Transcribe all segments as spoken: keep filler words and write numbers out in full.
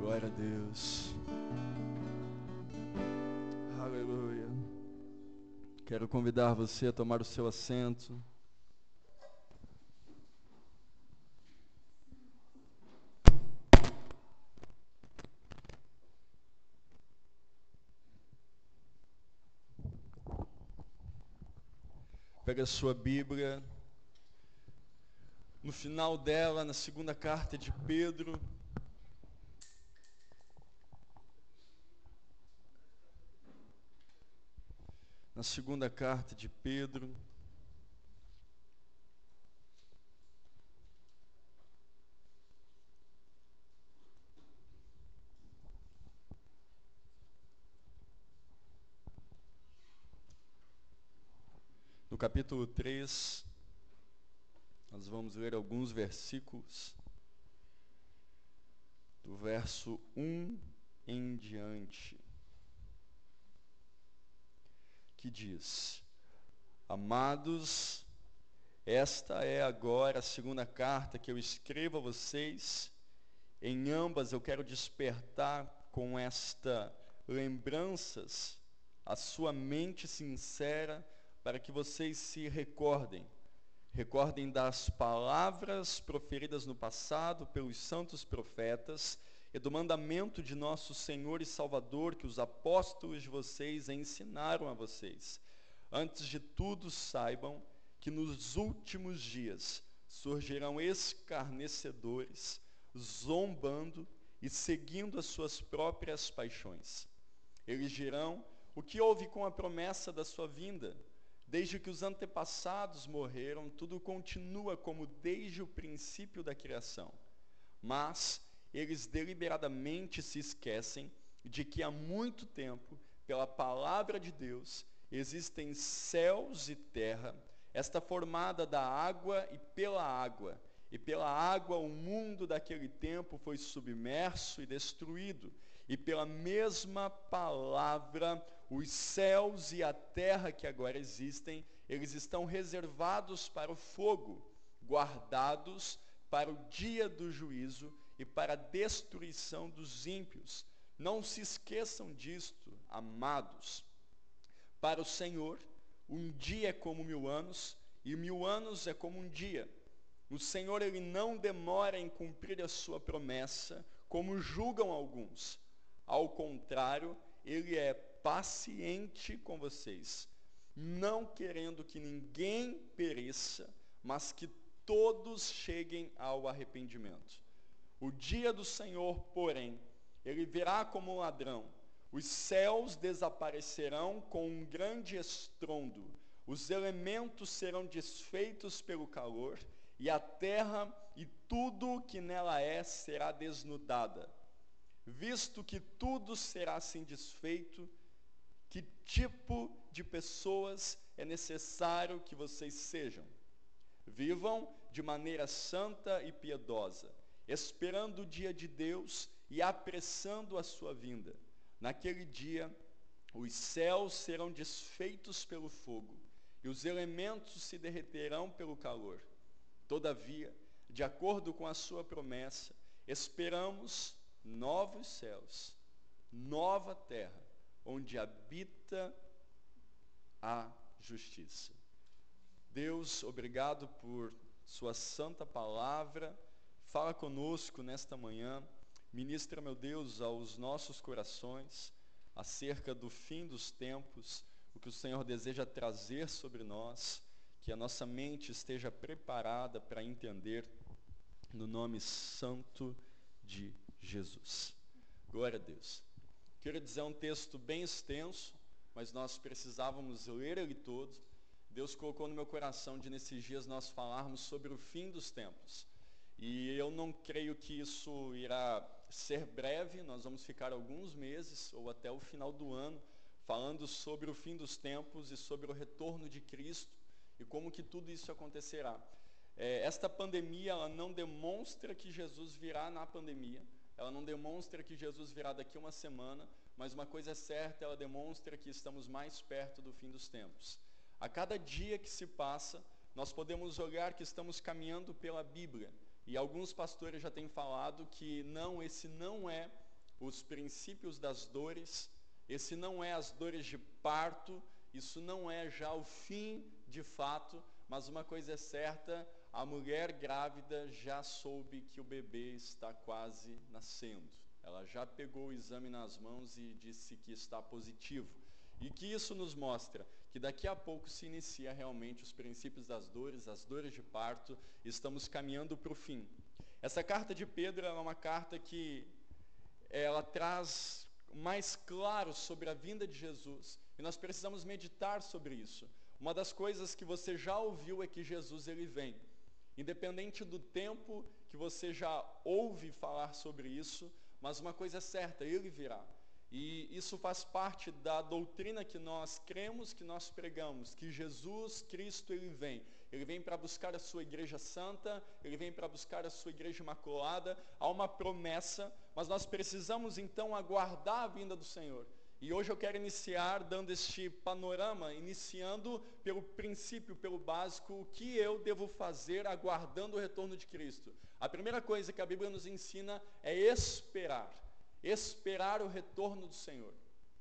Glória a Deus. Aleluia. Quero convidar você a tomar o seu assento. Pega a sua Bíblia. No final dela, na segunda carta de Pedro, na segunda carta de Pedro, no capítulo três, nós vamos ler alguns versículos, do verso um em diante, que diz: Amados, esta é agora a segunda carta que eu escrevo a vocês. Em ambas eu quero despertar com esta lembranças a sua mente sincera, para que vocês se recordem. Recordem das palavras proferidas no passado pelos santos profetas e do mandamento de nosso Senhor e Salvador que os apóstolos de vocês ensinaram a vocês. Antes de tudo, saibam que nos últimos dias surgirão escarnecedores, zombando e seguindo as suas próprias paixões. Eles dirão: o que houve com a promessa da sua vinda? Desde que os antepassados morreram, tudo continua como desde o princípio da criação. Mas eles deliberadamente se esquecem de que há muito tempo, pela palavra de Deus, existem céus e terra, esta formada da água e pela água, e pela água o mundo daquele tempo foi submerso e destruído, e pela mesma palavra os céus e a terra que agora existem, eles estão reservados para o fogo, guardados para o dia do juízo e para a destruição dos ímpios. Não se esqueçam disto, amados. Para o Senhor, um dia é como mil anos, e mil anos é como um dia. O Senhor, ele não demora em cumprir a sua promessa, como julgam alguns. Ao contrário, ele é paciente com vocês, não querendo que ninguém pereça, mas que todos cheguem ao arrependimento. O dia do Senhor, porém, ele virá como um ladrão. Os céus desaparecerão com um grande estrondo, os elementos serão desfeitos pelo calor, e a terra e tudo o que nela é será desnudada. Visto que tudo será assim desfeito, que tipo de pessoas é necessário que vocês sejam? Vivam de maneira santa e piedosa, esperando o dia de Deus e apressando a sua vinda. Naquele dia, os céus serão desfeitos pelo fogo, e os elementos se derreterão pelo calor. Todavia, de acordo com a sua promessa, esperamos novos céus, nova terra, onde habita a justiça. Deus, obrigado por sua santa palavra. Fala conosco nesta manhã. Ministra, meu Deus, aos nossos corações acerca do fim dos tempos, o que o Senhor deseja trazer sobre nós, que a nossa mente esteja preparada para entender, no nome santo de Jesus. Glória a Deus. Quero dizer, um texto bem extenso, mas nós precisávamos ler ele todo. Deus colocou no meu coração de nesses dias nós falarmos sobre o fim dos tempos. E eu não creio que isso irá ser breve, nós vamos ficar alguns meses ou até o final do ano falando sobre o fim dos tempos e sobre o retorno de Cristo e como que tudo isso acontecerá. É, esta pandemia, ela não demonstra que Jesus virá na pandemia, ela não demonstra que Jesus virá daqui a uma semana, mas uma coisa é certa, ela demonstra que estamos mais perto do fim dos tempos. A cada dia que se passa, nós podemos olhar que estamos caminhando pela Bíblia, e alguns pastores já têm falado que não, esse não é os princípios das dores. Esse não é as dores de parto, isso não é já o fim de fato, mas uma coisa é certa, a mulher grávida já soube que o bebê está quase nascendo. Ela já pegou o exame nas mãos e disse que está positivo. E que isso nos mostra? Que daqui a pouco se inicia realmente os princípios das dores, as dores de parto, e estamos caminhando para o fim. Essa carta de Pedro é uma carta que ela traz mais claro sobre a vinda de Jesus, e nós precisamos meditar sobre isso. Uma das coisas que você já ouviu é que Jesus ele vem. Independente do tempo que você já ouve falar sobre isso, mas uma coisa é certa, ele virá. E isso faz parte da doutrina que nós cremos, que nós pregamos, que Jesus Cristo ele vem. Ele vem para buscar a sua igreja santa, ele vem para buscar a sua igreja imaculada. Há uma promessa, mas nós precisamos então aguardar a vinda do Senhor. E hoje eu quero iniciar dando este panorama, iniciando pelo princípio, pelo básico, o que eu devo fazer aguardando o retorno de Cristo. A primeira coisa que a Bíblia nos ensina é esperar. Esperar o retorno do Senhor.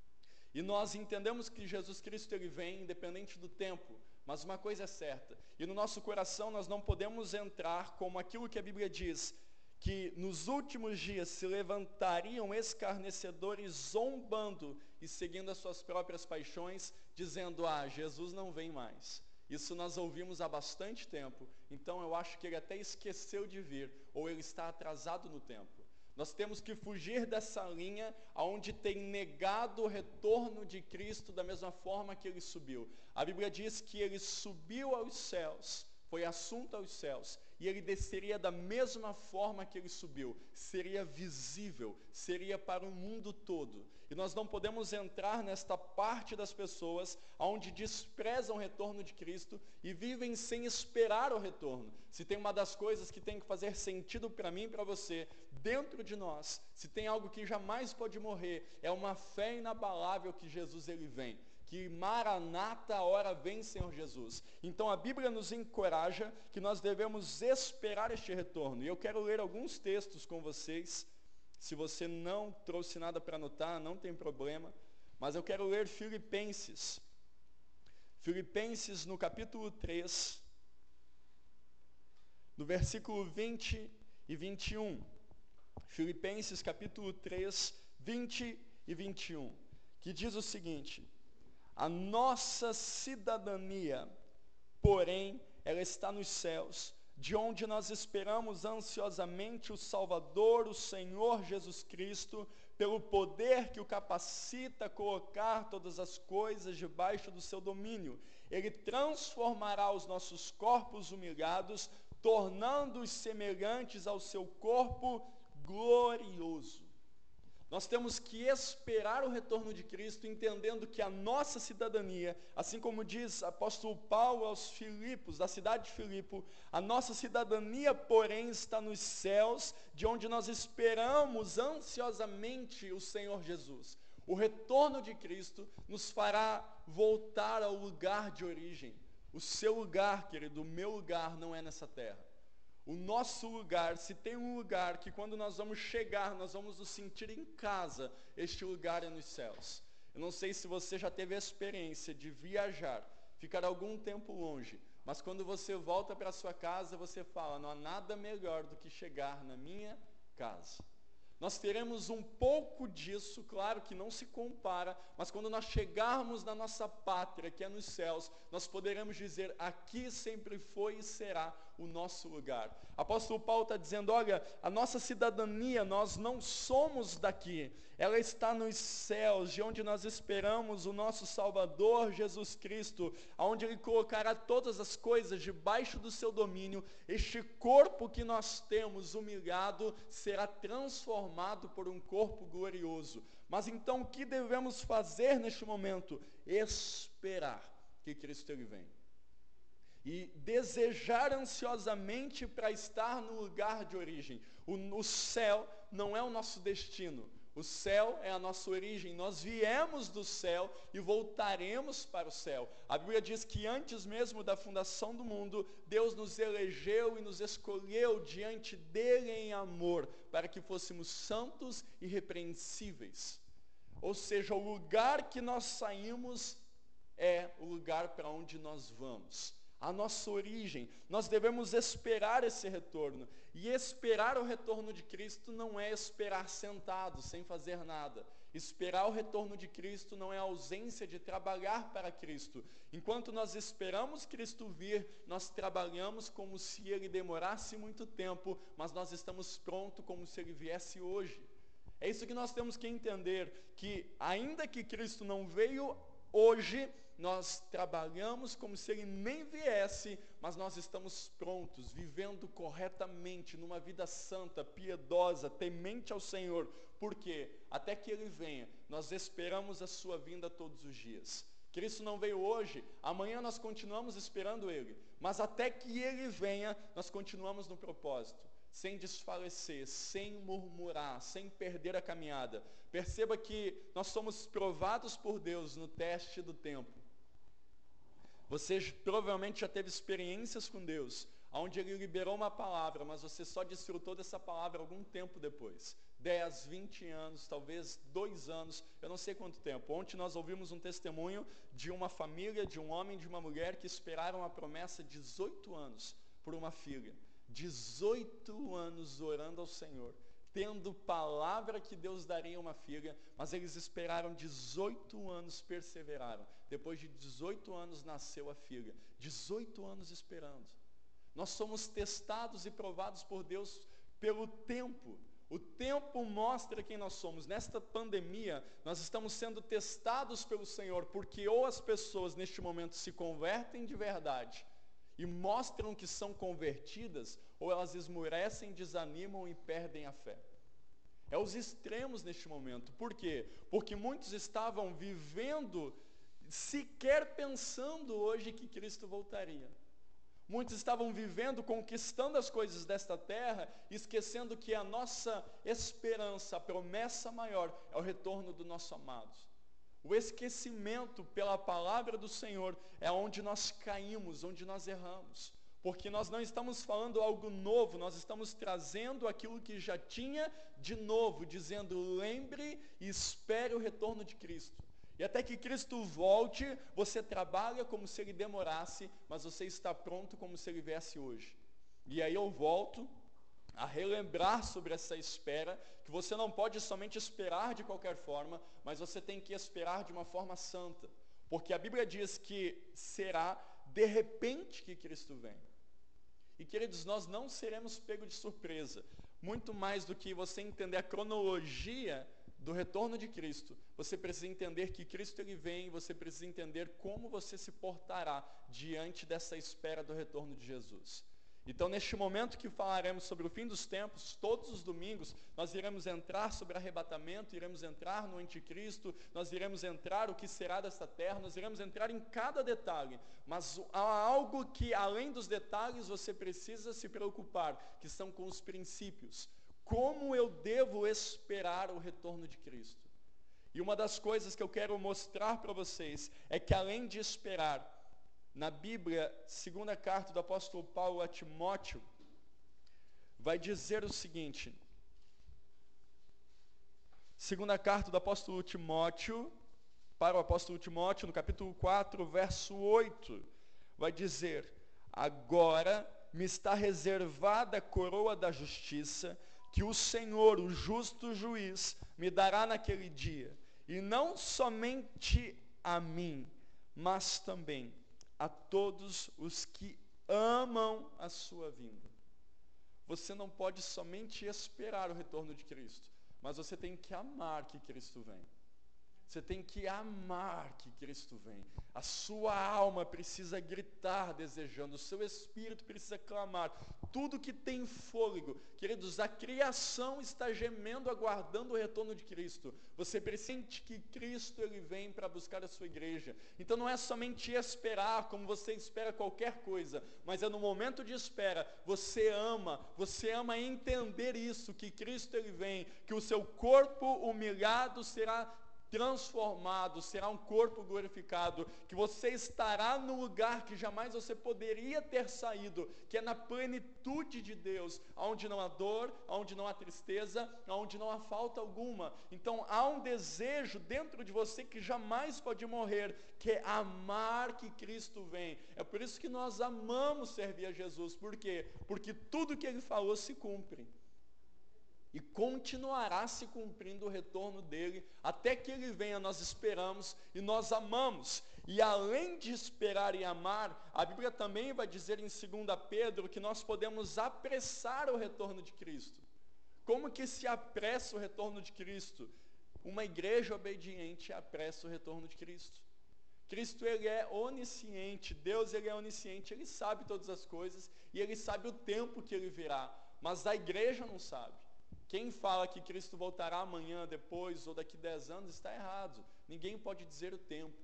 E nós entendemos que Jesus Cristo ele vem independente do tempo, mas uma coisa é certa, e no nosso coração nós não podemos entrar como aquilo que a Bíblia diz, que nos últimos dias se levantariam escarnecedores zombando e seguindo as suas próprias paixões, dizendo, ah, Jesus não vem mais. Isso nós ouvimos há bastante tempo, então eu acho que ele até esqueceu de vir, ou ele está atrasado no tempo. Nós temos que fugir dessa linha onde tem negado o retorno de Cristo da mesma forma que ele subiu. A Bíblia diz que ele subiu aos céus, foi assunto aos céus, e ele desceria da mesma forma que ele subiu. Seria visível, seria para o mundo todo. E nós não podemos entrar nesta parte das pessoas onde desprezam o retorno de Cristo e vivem sem esperar o retorno. Se tem uma das coisas que tem que fazer sentido para mim e para você, dentro de nós, se tem algo que jamais pode morrer, é uma fé inabalável que Jesus ele vem. Que Maranata, a hora vem, Senhor Jesus. Então a Bíblia nos encoraja que nós devemos esperar este retorno. E eu quero ler alguns textos com vocês. Se você não trouxe nada para anotar, não tem problema. Mas eu quero ler Filipenses. Filipenses no capítulo três, no versículo vinte e vinte e um. Filipenses capítulo três, vinte e vinte e um. Que diz o seguinte: a nossa cidadania, porém, ela está nos céus, de onde nós esperamos ansiosamente o Salvador, o Senhor Jesus Cristo, pelo poder que o capacita a colocar todas as coisas debaixo do seu domínio. Ele transformará os nossos corpos humilhados, tornando-os semelhantes ao seu corpo glorioso. Nós temos que esperar o retorno de Cristo, entendendo que a nossa cidadania, assim como diz o apóstolo Paulo aos Filipos, da cidade de Filipe, a nossa cidadania, porém, está nos céus, de onde nós esperamos ansiosamente o Senhor Jesus. O retorno de Cristo nos fará voltar ao lugar de origem. O seu lugar, querido, o meu lugar não é nessa terra. O nosso lugar, se tem um lugar que quando nós vamos chegar, nós vamos nos sentir em casa, este lugar é nos céus. Eu não sei se você já teve a experiência de viajar, ficar algum tempo longe, mas quando você volta para a sua casa, você fala, não há nada melhor do que chegar na minha casa. Nós teremos um pouco disso, claro que não se compara, mas quando nós chegarmos na nossa pátria, que é nos céus, nós poderemos dizer, aqui sempre foi e será o nosso lugar. Apóstolo Paulo está dizendo, olha, a nossa cidadania, nós não somos daqui, ela está nos céus, de onde nós esperamos o nosso Salvador Jesus Cristo, onde Ele colocará todas as coisas debaixo do seu domínio. Este corpo que nós temos humilhado será transformado por um corpo glorioso. Mas então o que devemos fazer neste momento? Esperar que Cristo ele vem. E desejar ansiosamente para estar no lugar de origem. O, o céu não é o nosso destino. O céu é a nossa origem, nós viemos do céu e voltaremos para o céu. A Bíblia diz que antes mesmo da fundação do mundo, Deus nos elegeu e nos escolheu diante dele em amor, para que fôssemos santos e irrepreensíveis. Ou seja, o lugar que nós saímos é o lugar para onde nós vamos. A nossa origem, nós devemos esperar esse retorno. E esperar o retorno de Cristo não é esperar sentado, sem fazer nada. Esperar o retorno de Cristo não é a ausência de trabalhar para Cristo. Enquanto nós esperamos Cristo vir, nós trabalhamos como se Ele demorasse muito tempo, mas nós estamos prontos como se Ele viesse hoje. É isso que nós temos que entender, que ainda que Cristo não veio hoje, nós trabalhamos como se Ele nem viesse, mas nós estamos prontos, vivendo corretamente, numa vida santa, piedosa, temente ao Senhor. Por quê? Até que Ele venha, nós esperamos a sua vinda todos os dias. Cristo não veio hoje, amanhã nós continuamos esperando Ele, mas até que Ele venha, nós continuamos no propósito, sem desfalecer, sem murmurar, sem perder a caminhada. Perceba que nós somos provados por Deus no teste do tempo. Você provavelmente já teve experiências com Deus, onde Ele liberou uma palavra, mas você só desfrutou dessa palavra algum tempo depois. dez, vinte anos, talvez dois anos, eu não sei quanto tempo. Ontem nós ouvimos um testemunho de uma família, de um homem e de uma mulher que esperaram a promessa dezoito anos por uma filha. dezoito anos orando ao Senhor, tendo palavra que Deus daria uma filha, mas eles esperaram dezoito anos, perseveraram. Depois de dezoito anos nasceu a filha. dezoito anos esperando. Nós somos testados e provados por Deus pelo tempo. O tempo mostra quem nós somos. Nesta pandemia, nós estamos sendo testados pelo Senhor, porque ou as pessoas neste momento se convertem de verdade e mostram que são convertidas, ou elas esmurecem, desanimam e perdem a fé. É os extremos neste momento. Por quê? Porque muitos estavam vivendo, sequer pensando hoje que Cristo voltaria. Muitos estavam vivendo, conquistando as coisas desta terra, esquecendo que a nossa esperança, a promessa maior, é o retorno do nosso amado. O esquecimento pela palavra do Senhor é onde nós caímos, onde nós erramos. Porque nós não estamos falando algo novo, nós estamos trazendo aquilo que já tinha de novo, dizendo: lembre e espere o retorno de Cristo. E até que Cristo volte, você trabalha como se Ele demorasse, mas você está pronto como se Ele viesse hoje. E aí eu volto a relembrar sobre essa espera, que você não pode somente esperar de qualquer forma, mas você tem que esperar de uma forma santa. Porque a Bíblia diz que será de repente que Cristo vem. E queridos, nós não seremos pegos de surpresa. Muito mais do que você entender a cronologia do retorno de Cristo, você precisa entender que Cristo Ele vem, você precisa entender como você se portará diante dessa espera do retorno de Jesus. Então, neste momento que falaremos sobre o fim dos tempos, todos os domingos, nós iremos entrar sobre arrebatamento, iremos entrar no anticristo, nós iremos entrar o que será desta terra, nós iremos entrar em cada detalhe, mas há algo que, além dos detalhes, você precisa se preocupar, que são com os princípios. Como eu devo esperar o retorno de Cristo? E uma das coisas que eu quero mostrar para vocês é que, além de esperar, na Bíblia, segunda carta do apóstolo Paulo a Timóteo, vai dizer o seguinte, segunda carta do apóstolo Timóteo, para o apóstolo Timóteo, no capítulo quatro, verso oito, vai dizer: agora me está reservada a coroa da justiça, que o Senhor, o justo juiz, me dará naquele dia, e não somente a mim, mas também a todos os que amam a sua vinda. Você não pode somente esperar o retorno de Cristo, mas você tem que amar que Cristo vem. Você tem que amar que Cristo vem. A sua alma precisa gritar desejando, o seu espírito precisa clamar. Tudo que tem fôlego, queridos, a criação está gemendo, aguardando o retorno de Cristo. Você pressente que Cristo ele vem para buscar a sua igreja. Então não é somente esperar, como você espera qualquer coisa, mas é no momento de espera, você ama, você ama entender isso, que Cristo ele vem, que o seu corpo humilhado será transformado, será um corpo glorificado, que você estará no lugar que jamais você poderia ter saído, que é na plenitude de Deus, onde não há dor, onde não há tristeza, onde não há falta alguma. Então há um desejo dentro de você que jamais pode morrer, que é amar que Cristo vem. É por isso que nós amamos servir a Jesus. Por quê? Porque tudo que ele falou se cumpre. E continuará se cumprindo o retorno dele, até que ele venha. Nós esperamos e nós amamos. E além de esperar e amar, a Bíblia também vai dizer em segunda Pedro que nós podemos apressar o retorno de Cristo. Como que se apressa o retorno de Cristo? Uma igreja obediente apressa o retorno de Cristo. Cristo ele é onisciente, Deus ele é onisciente, ele sabe todas as coisas e ele sabe o tempo que ele virá, mas a igreja não sabe. Quem fala que Cristo voltará amanhã, depois ou daqui a dez anos está errado. Ninguém pode dizer o tempo.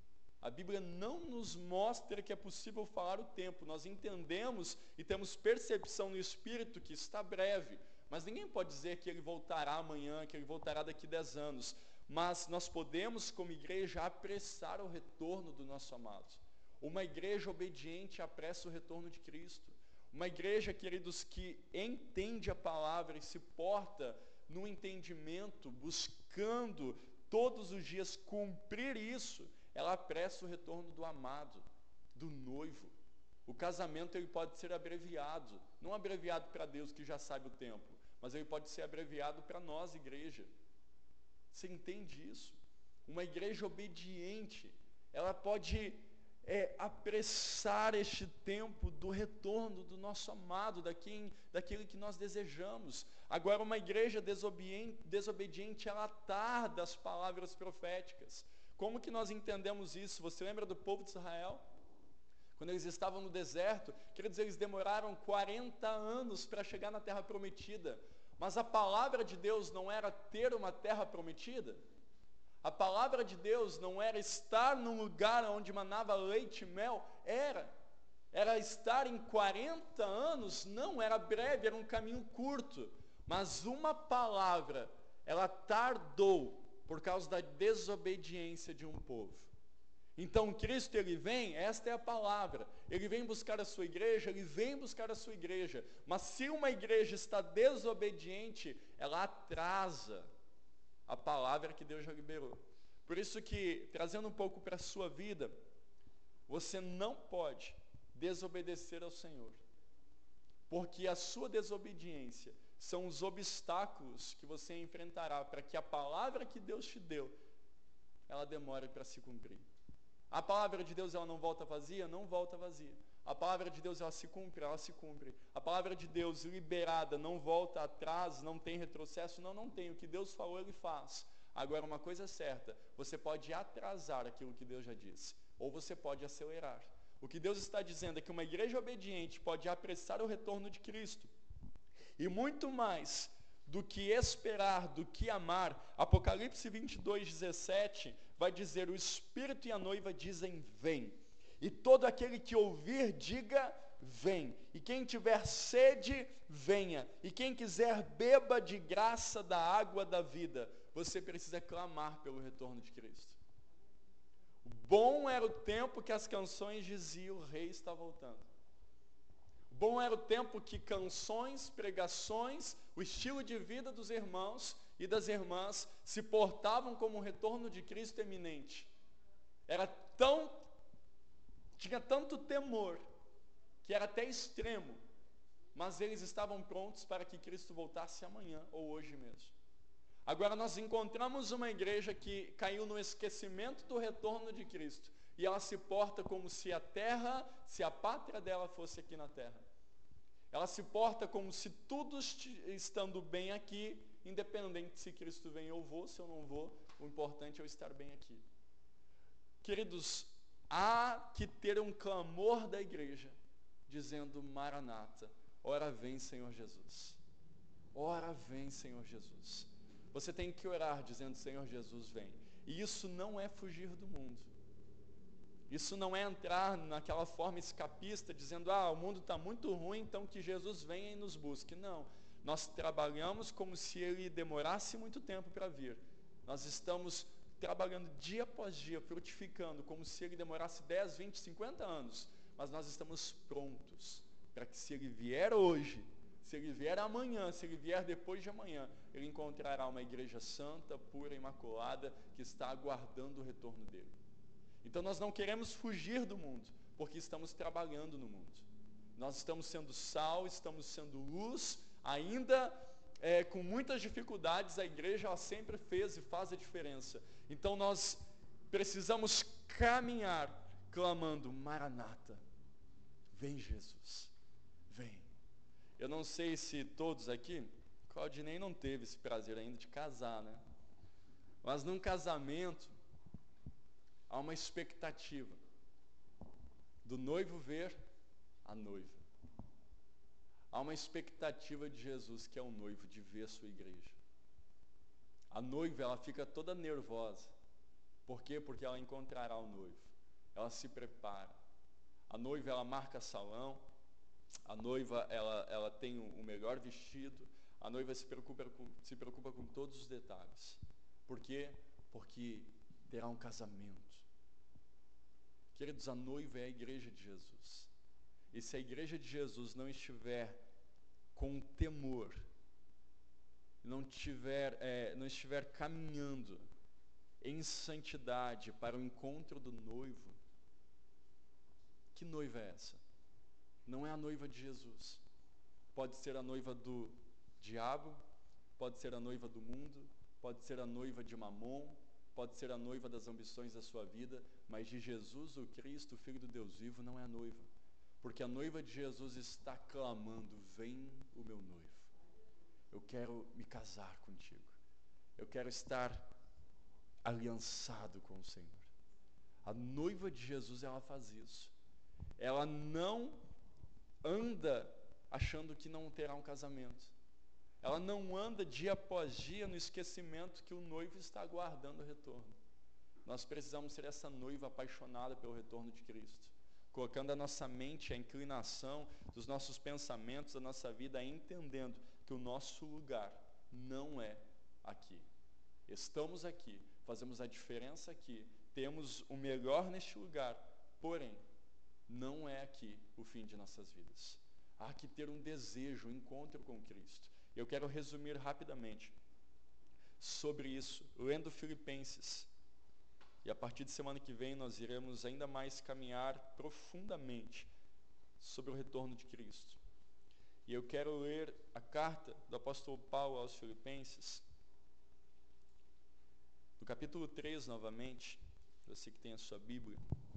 A Bíblia não nos mostra que é possível falar o tempo. Nós entendemos e temos percepção no Espírito que está breve, mas ninguém pode dizer que ele voltará amanhã, que ele voltará daqui a dez anos. Mas nós podemos, como igreja, apressar o retorno do nosso amado. Uma igreja obediente apressa o retorno de Cristo. Uma igreja, queridos, que entende a palavra e se porta no entendimento, buscando todos os dias cumprir isso, ela apressa o retorno do amado, do noivo. O casamento ele pode ser abreviado, não abreviado para Deus que já sabe o tempo, mas ele pode ser abreviado para nós, igreja. Você entende isso? Uma igreja obediente, ela pode é, apressar este tempo do retorno do nosso amado, daquele, daquele que nós desejamos. Agora, uma igreja desobediente, desobediente, ela tarda as palavras proféticas. Como que nós entendemos isso? Você lembra do povo de Israel? Quando eles estavam no deserto, queridos, eles demoraram quarenta anos para chegar na terra prometida. Mas a palavra de Deus não era ter uma terra prometida? A palavra de Deus não era estar num lugar onde manava leite e mel? Era. Era estar em quarenta anos? Não, era breve, era um caminho curto. Mas uma palavra, ela tardou por causa da desobediência de um povo. Então Cristo ele vem, esta é a palavra, ele vem buscar a sua igreja, ele vem buscar a sua igreja, mas se uma igreja está desobediente, ela atrasa a palavra que Deus já liberou. Por isso que, trazendo um pouco para a sua vida, você não pode desobedecer ao Senhor, porque a sua desobediência são os obstáculos que você enfrentará para que a palavra que Deus te deu, ela demore para se cumprir. A palavra de Deus ela não volta vazia? Não volta vazia. A palavra de Deus ela se cumpre? Ela se cumpre. A palavra de Deus liberada não volta atrás, não tem retrocesso? Não, não tem. O que Deus falou, Ele faz. Agora, uma coisa é certa, você pode atrasar aquilo que Deus já disse, ou você pode acelerar. O que Deus está dizendo é que uma igreja obediente pode apressar o retorno de Cristo. E muito mais do que esperar, do que amar, Apocalipse vinte e dois, dezessete, vai dizer, o Espírito e a noiva dizem, vem. E todo aquele que ouvir, diga, vem. E quem tiver sede, venha. E quem quiser, beba de graça da água da vida. Você precisa clamar pelo retorno de Cristo. Bom era o tempo que as canções diziam, o rei está voltando. Bom era o tempo que canções, pregações, o estilo de vida dos irmãos e das irmãs se portavam como um retorno de Cristo eminente. Era tão, tinha tanto temor, que era até extremo, mas eles estavam prontos para que Cristo voltasse amanhã ou hoje mesmo. Agora nós encontramos uma igreja que caiu no esquecimento do retorno de Cristo, e ela se porta como se a terra, se a pátria dela fosse aqui na terra. Ela se porta como se tudo estando bem aqui, independente se Cristo vem eu vou, se eu não vou, o importante é eu estar bem aqui. Queridos, há que ter um clamor da igreja, dizendo: Maranata, ora vem, Senhor Jesus. Ora vem, Senhor Jesus. Você tem que orar dizendo: Senhor Jesus, vem. E isso não é fugir do mundo. Isso não é entrar naquela forma escapista, dizendo: ah, o mundo está muito ruim, então que Jesus venha e nos busque. Não, nós trabalhamos como se ele demorasse muito tempo para vir. Nós estamos trabalhando dia após dia, frutificando, como se ele demorasse dez, vinte, cinquenta anos. Mas nós estamos prontos para que, se ele vier hoje, se ele vier amanhã, se ele vier depois de amanhã, ele encontrará uma igreja santa, pura, imaculada, que está aguardando o retorno dele. Então nós não queremos fugir do mundo, porque estamos trabalhando no mundo. Nós estamos sendo sal, estamos sendo luz, ainda é, com muitas dificuldades, a igreja ela sempre fez e faz a diferença. Então nós precisamos caminhar, clamando: Maranata, vem Jesus, vem. Eu não sei se todos aqui, Claudinei não teve esse prazer ainda de casar, né? Mas num casamento, há uma expectativa do noivo ver a noiva. Há uma expectativa de Jesus, que é o noivo, de ver a sua igreja. A noiva, ela fica toda nervosa. Por quê? Porque ela encontrará o noivo. Ela se prepara. A noiva, ela marca salão. A noiva, ela, ela tem o melhor vestido. A noiva se preocupa com, se preocupa com todos os detalhes. Por quê? Porque terá um casamento. Queridos, a noiva é a igreja de Jesus. E se a igreja de Jesus não estiver com temor, não, tiver, é, não estiver caminhando em santidade para o encontro do noivo, que noiva é essa? Não é a noiva de Jesus. Pode ser a noiva do diabo, pode ser a noiva do mundo, pode ser a noiva de Mamon, pode ser a noiva das ambições da sua vida, mas de Jesus, o Cristo, o Filho do Deus vivo, não é a noiva. Porque a noiva de Jesus está clamando: vem o meu noivo. Eu quero me casar contigo. Eu quero estar aliançado com o Senhor. A noiva de Jesus, ela faz isso. Ela não anda achando que não terá um casamento. Ela não anda dia após dia no esquecimento que o noivo está aguardando o retorno. Nós precisamos ser essa noiva apaixonada pelo retorno de Cristo, colocando a nossa mente, a inclinação dos nossos pensamentos, da nossa vida, entendendo que o nosso lugar não é aqui. Estamos aqui, fazemos a diferença aqui, temos o melhor neste lugar, porém, não é aqui o fim de nossas vidas. Há que ter um desejo, um encontro com Cristo. Eu quero resumir rapidamente sobre isso, lendo Filipenses. E a partir de semana que vem nós iremos ainda mais caminhar profundamente sobre o retorno de Cristo. E eu quero ler a carta do apóstolo Paulo aos Filipenses, no capítulo três novamente, você que tem a sua Bíblia.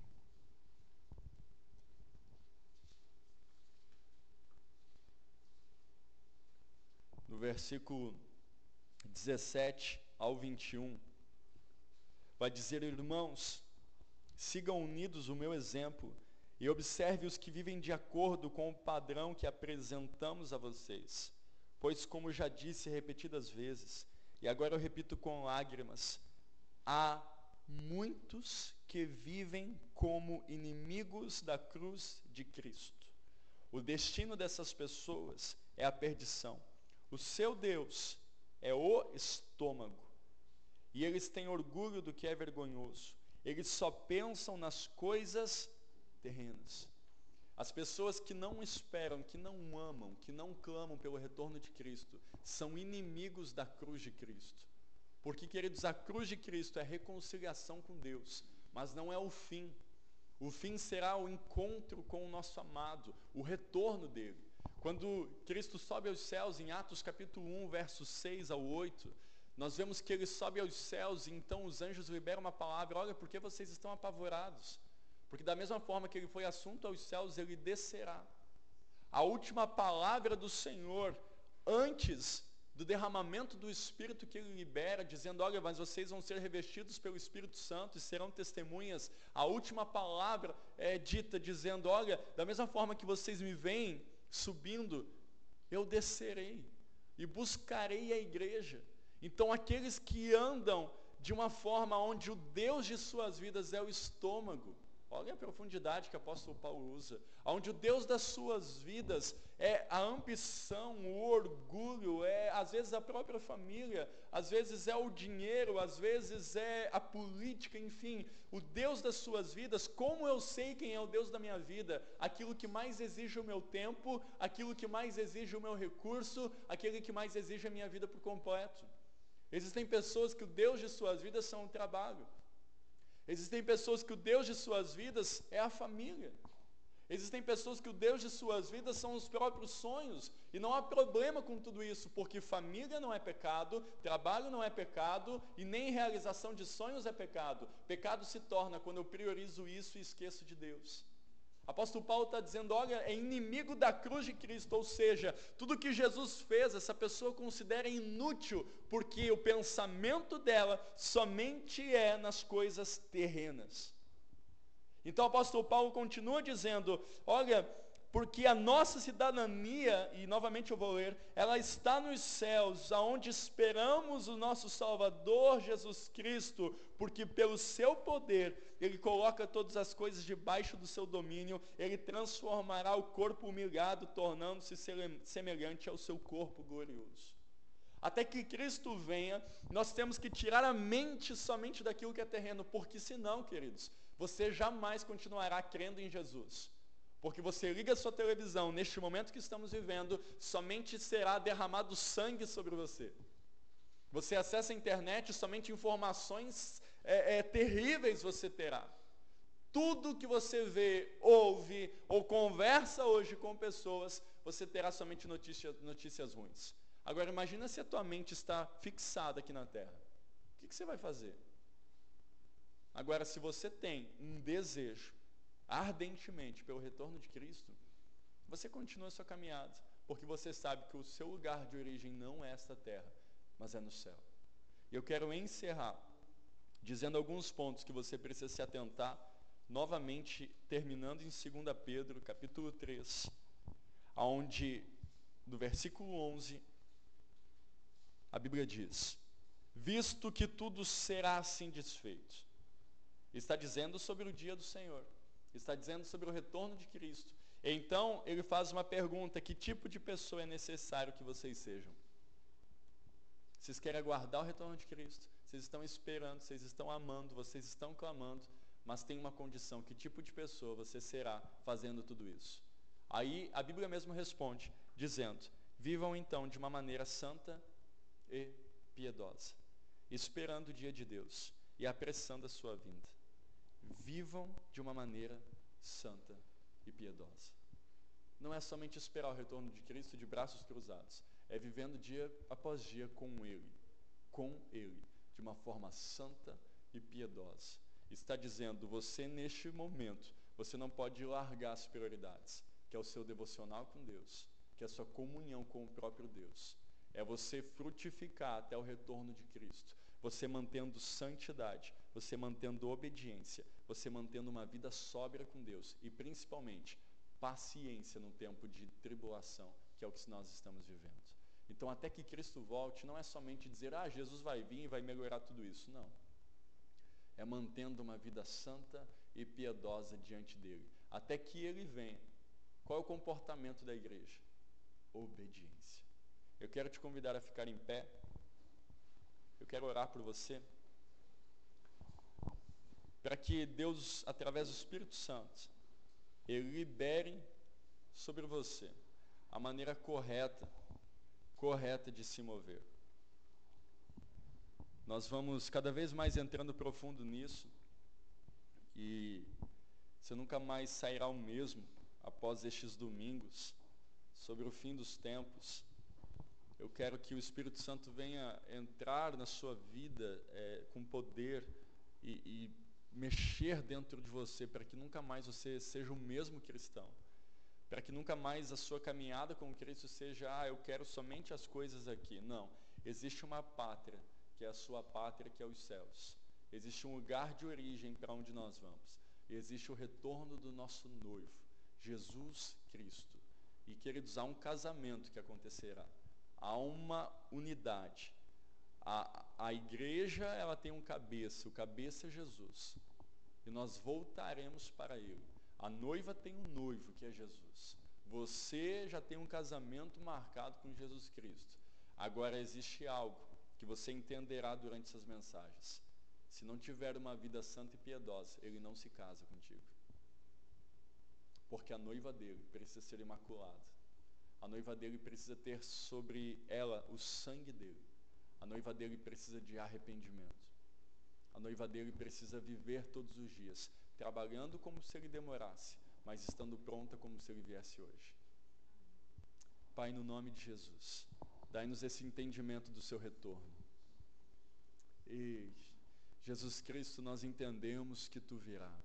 No versículo dezessete ao vinte e um, vai dizer: irmãos, sigam unidos o meu exemplo e observe os que vivem de acordo com o padrão que apresentamos a vocês. Pois, como já disse repetidas vezes, e agora eu repito com lágrimas, há muitos que vivem como inimigos da cruz de Cristo. O destino dessas pessoas é a perdição. O seu Deus é o estômago. E eles têm orgulho do que é vergonhoso. Eles só pensam nas coisas terrenas. As pessoas que não esperam, que não amam, que não clamam pelo retorno de Cristo, são inimigos da cruz de Cristo. Porque, queridos, a cruz de Cristo é reconciliação com Deus, mas não é o fim. O fim será o encontro com o nosso amado, o retorno dele. Quando Cristo sobe aos céus, em Atos capítulo um, versos seis ao oito, nós vemos que ele sobe aos céus e então os anjos liberam uma palavra: olha, por que vocês estão apavorados? Porque da mesma forma que ele foi assunto aos céus, ele descerá. A última palavra do Senhor, antes do derramamento do Espírito que Ele libera, dizendo, olha, mas vocês vão ser revestidos pelo Espírito Santo e serão testemunhas. A última palavra é dita dizendo, olha, da mesma forma que vocês me veem subindo, eu descerei e buscarei a igreja. Então aqueles que andam de uma forma onde o Deus de suas vidas é o estômago, olha a profundidade que o apóstolo Paulo usa, onde o Deus das suas vidas é a ambição, o orgulho, é às vezes a própria família, às vezes é o dinheiro, às vezes é a política, enfim, o Deus das suas vidas. Como eu sei quem é o Deus da minha vida? Aquilo que mais exige o meu tempo, aquilo que mais exige o meu recurso, aquele que mais exige a minha vida por completo. Existem pessoas que o Deus de suas vidas são o trabalho. Existem pessoas que o Deus de suas vidas é a família. Existem pessoas que o Deus de suas vidas são os próprios sonhos. E não há problema com tudo isso, porque família não é pecado, trabalho não é pecado, e nem realização de sonhos é pecado. Pecado se torna quando eu priorizo isso e esqueço de Deus. Apóstolo Paulo está dizendo, olha, é inimigo da cruz de Cristo, ou seja, tudo que Jesus fez, essa pessoa considera inútil, porque o pensamento dela somente é nas coisas terrenas. Então o apóstolo Paulo continua dizendo, olha, porque a nossa cidadania, e novamente eu vou ler, ela está nos céus, aonde esperamos o nosso Salvador Jesus Cristo, porque pelo seu poder, Ele coloca todas as coisas debaixo do seu domínio, Ele transformará o corpo humilhado, tornando-se semelhante ao seu corpo glorioso. Até que Cristo venha, nós temos que tirar a mente somente daquilo que é terreno, porque senão, queridos, você jamais continuará crendo em Jesus. Porque você liga a sua televisão, neste momento que estamos vivendo, somente será derramado sangue sobre você. Você acessa a internet, somente informações é, é, terríveis você terá. Tudo que você vê, ouve ou conversa hoje com pessoas, você terá somente notícia, notícias ruins. Agora imagina se a tua mente está fixada aqui na terra. O que, que você vai fazer? Agora, se você tem um desejo ardentemente pelo retorno de Cristo, você continua a sua caminhada, porque você sabe que o seu lugar de origem não é esta terra, mas é no céu. E eu quero encerrar dizendo alguns pontos que você precisa se atentar, novamente terminando em dois Pedro, capítulo três, onde, no versículo onze, a Bíblia diz, visto que tudo será assim desfeito. Está dizendo sobre o dia do Senhor. Está dizendo sobre o retorno de Cristo. Então, ele faz uma pergunta, que tipo de pessoa é necessário que vocês sejam? Vocês querem aguardar o retorno de Cristo? Vocês estão esperando, vocês estão amando, vocês estão clamando, mas tem uma condição, que tipo de pessoa você será fazendo tudo isso? Aí, a Bíblia mesmo responde, dizendo, vivam então de uma maneira santa e piedosa, esperando o dia de Deus e apressando a sua vinda. Vivam de uma maneira santa e piedosa. Não é somente esperar o retorno de Cristo de braços cruzados, é vivendo dia após dia com Ele, com Ele, de uma forma santa e piedosa. Está dizendo, você neste momento, você não pode largar as prioridades, que é o seu devocional com Deus, que é a sua comunhão com o próprio Deus. É você frutificar até o retorno de Cristo, você mantendo santidade, você mantendo obediência, você mantendo uma vida sóbria com Deus e principalmente paciência no tempo de tribulação, que é o que nós estamos vivendo. Então, até que Cristo volte, não é somente dizer, ah, Jesus vai vir e vai melhorar tudo isso, não. É mantendo uma vida santa e piedosa diante dele, até que ele venha. Qual é o comportamento da igreja? Obediência. Eu quero te convidar a ficar em pé. Eu quero orar por você, para que Deus, através do Espírito Santo, Ele libere sobre você a maneira correta, correta de se mover. Nós vamos cada vez mais entrando profundo nisso, e você nunca mais sairá o mesmo após estes domingos, sobre o fim dos tempos. Eu quero que o Espírito Santo venha entrar na sua vida é, com poder e, e mexer dentro de você, para que nunca mais você seja o mesmo cristão. para que nunca mais a sua caminhada com Cristo seja, ah, eu quero somente as coisas aqui. Não, existe uma pátria, que é a sua pátria, que é os céus. Existe um lugar de origem para onde nós vamos. E existe o retorno do nosso noivo, Jesus Cristo. E, queridos, há um casamento que acontecerá. Há uma unidade. A, a igreja, ela tem um cabeça, o cabeça é Jesus. E nós voltaremos para ele. A noiva tem um noivo, que é Jesus. Você já tem um casamento marcado com Jesus Cristo. Agora existe algo que você entenderá durante essas mensagens. Se não tiver uma vida santa e piedosa, ele não se casa contigo. Porque a noiva dele precisa ser imaculada. A noiva dele precisa ter sobre ela o sangue dele. A noiva dele precisa de arrependimento. A noiva dele precisa viver todos os dias, trabalhando como se ele demorasse, mas estando pronta como se ele viesse hoje. Pai, no nome de Jesus, dai-nos esse entendimento do seu retorno. E, Jesus Cristo, nós entendemos que tu virá.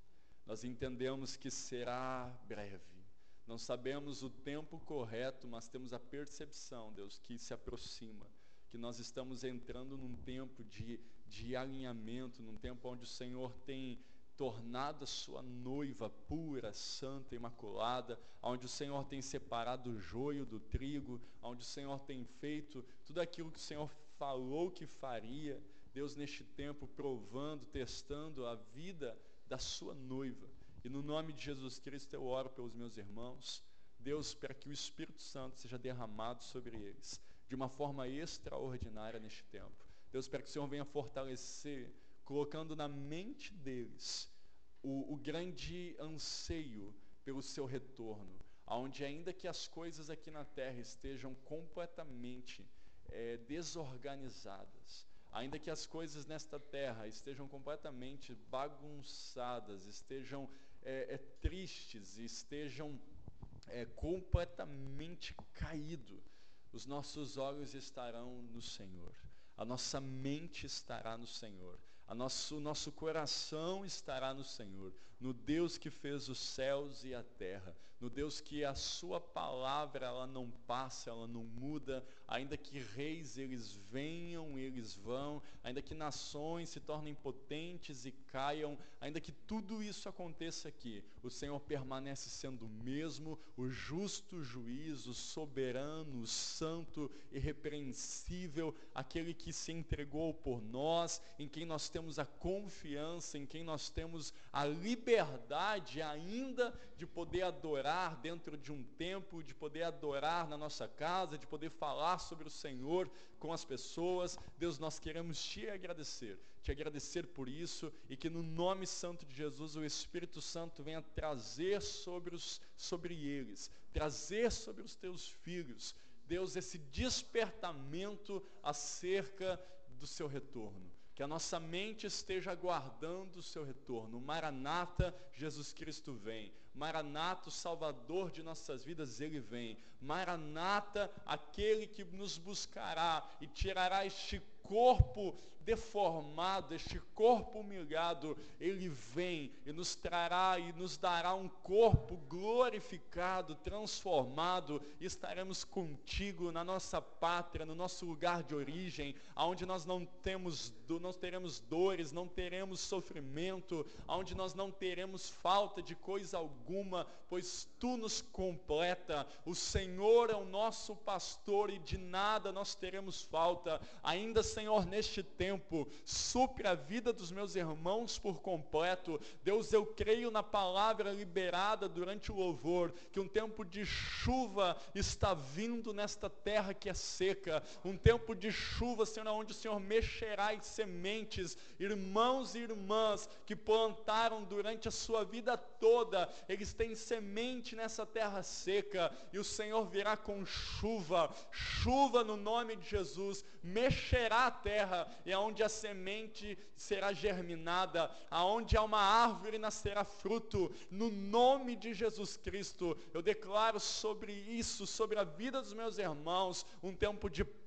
Nós entendemos que será breve. Não sabemos o tempo correto, mas temos a percepção, Deus, que se aproxima. Que nós estamos entrando num tempo de, de alinhamento, num tempo onde o Senhor tem tornado a sua noiva pura, santa, imaculada, onde o Senhor tem separado o joio do trigo, onde o Senhor tem feito tudo aquilo que o Senhor falou que faria. Deus, neste tempo, provando, testando a vida da sua noiva. E no nome de Jesus Cristo eu oro pelos meus irmãos, Deus, para que o Espírito Santo seja derramado sobre eles, de uma forma extraordinária neste tempo. Deus, para que o Senhor venha fortalecer, colocando na mente deles o, o grande anseio pelo seu retorno, onde ainda que as coisas aqui na terra estejam completamente é, desorganizadas, ainda que as coisas nesta terra estejam completamente bagunçadas, estejam é, é, tristes, estejam é, completamente caídos, os nossos olhos estarão no Senhor, a nossa mente estará no Senhor, a nosso, o nosso coração estará no Senhor, no Deus que fez os céus e a terra, no Deus que a sua palavra ela não passa, ela não muda, ainda que reis eles venham, eles vão, ainda que nações se tornem potentes e caiam, ainda que tudo isso aconteça aqui, o Senhor permanece sendo o mesmo, o justo juiz, o soberano, o santo, irrepreensível, aquele que se entregou por nós, em quem nós temos a confiança, em quem nós temos a liberdade ainda de poder adorar dentro de um templo, de poder adorar na nossa casa, de poder falar sobre o Senhor com as pessoas. Deus, nós queremos te agradecer, te agradecer por isso, e que no nome santo de Jesus o Espírito Santo venha trazer sobre, os, sobre eles, trazer sobre os teus filhos, Deus, esse despertamento acerca do seu retorno. Que a nossa mente esteja aguardando o seu retorno. Maranata, Jesus Cristo vem. Maranata, o Salvador de nossas vidas, ele vem. Maranata, aquele que nos buscará e tirará este corpo deformado, este corpo humilhado, ele vem e nos trará e nos dará um corpo glorificado, transformado, e estaremos contigo na nossa pátria, no nosso lugar de origem, onde nós não temos, não teremos dores, não teremos sofrimento, onde nós não teremos falta de coisa alguma, pois tu nos completa, o Senhor é o nosso pastor e de nada nós teremos falta. Ainda, Senhor, neste tempo, supre a vida dos meus irmãos por completo. Deus, eu creio na palavra liberada durante o louvor, que um tempo de chuva está vindo nesta terra que é seca, um tempo de chuva, Senhor, onde o Senhor mexerá as sementes, irmãos e irmãs que plantaram durante a sua vida toda, eles têm semente nessa terra seca, e o Senhor virá com chuva, chuva no nome de Jesus, mexerá a terra, e aonde a semente será germinada, aonde há uma árvore nascerá fruto, no nome de Jesus Cristo. Eu declaro sobre isso, sobre a vida dos meus irmãos, um tempo de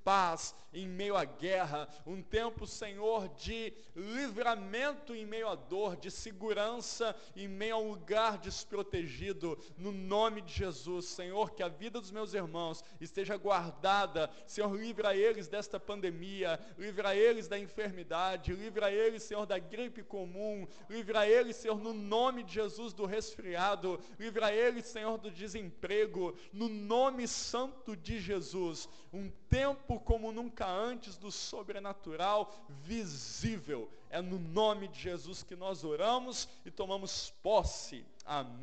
paz em meio à guerra, um tempo, Senhor, de livramento em meio à dor, de segurança em meio a um lugar desprotegido, no nome de Jesus, Senhor, que a vida dos meus irmãos esteja guardada, Senhor, livra eles desta pandemia, livra eles da enfermidade, livra eles, Senhor, da gripe comum, livra eles, Senhor, no nome de Jesus, do resfriado, livra eles, Senhor, do desemprego, no nome santo de Jesus, um tempo como nunca antes do sobrenatural visível, é no nome de Jesus que nós oramos e tomamos posse, amém.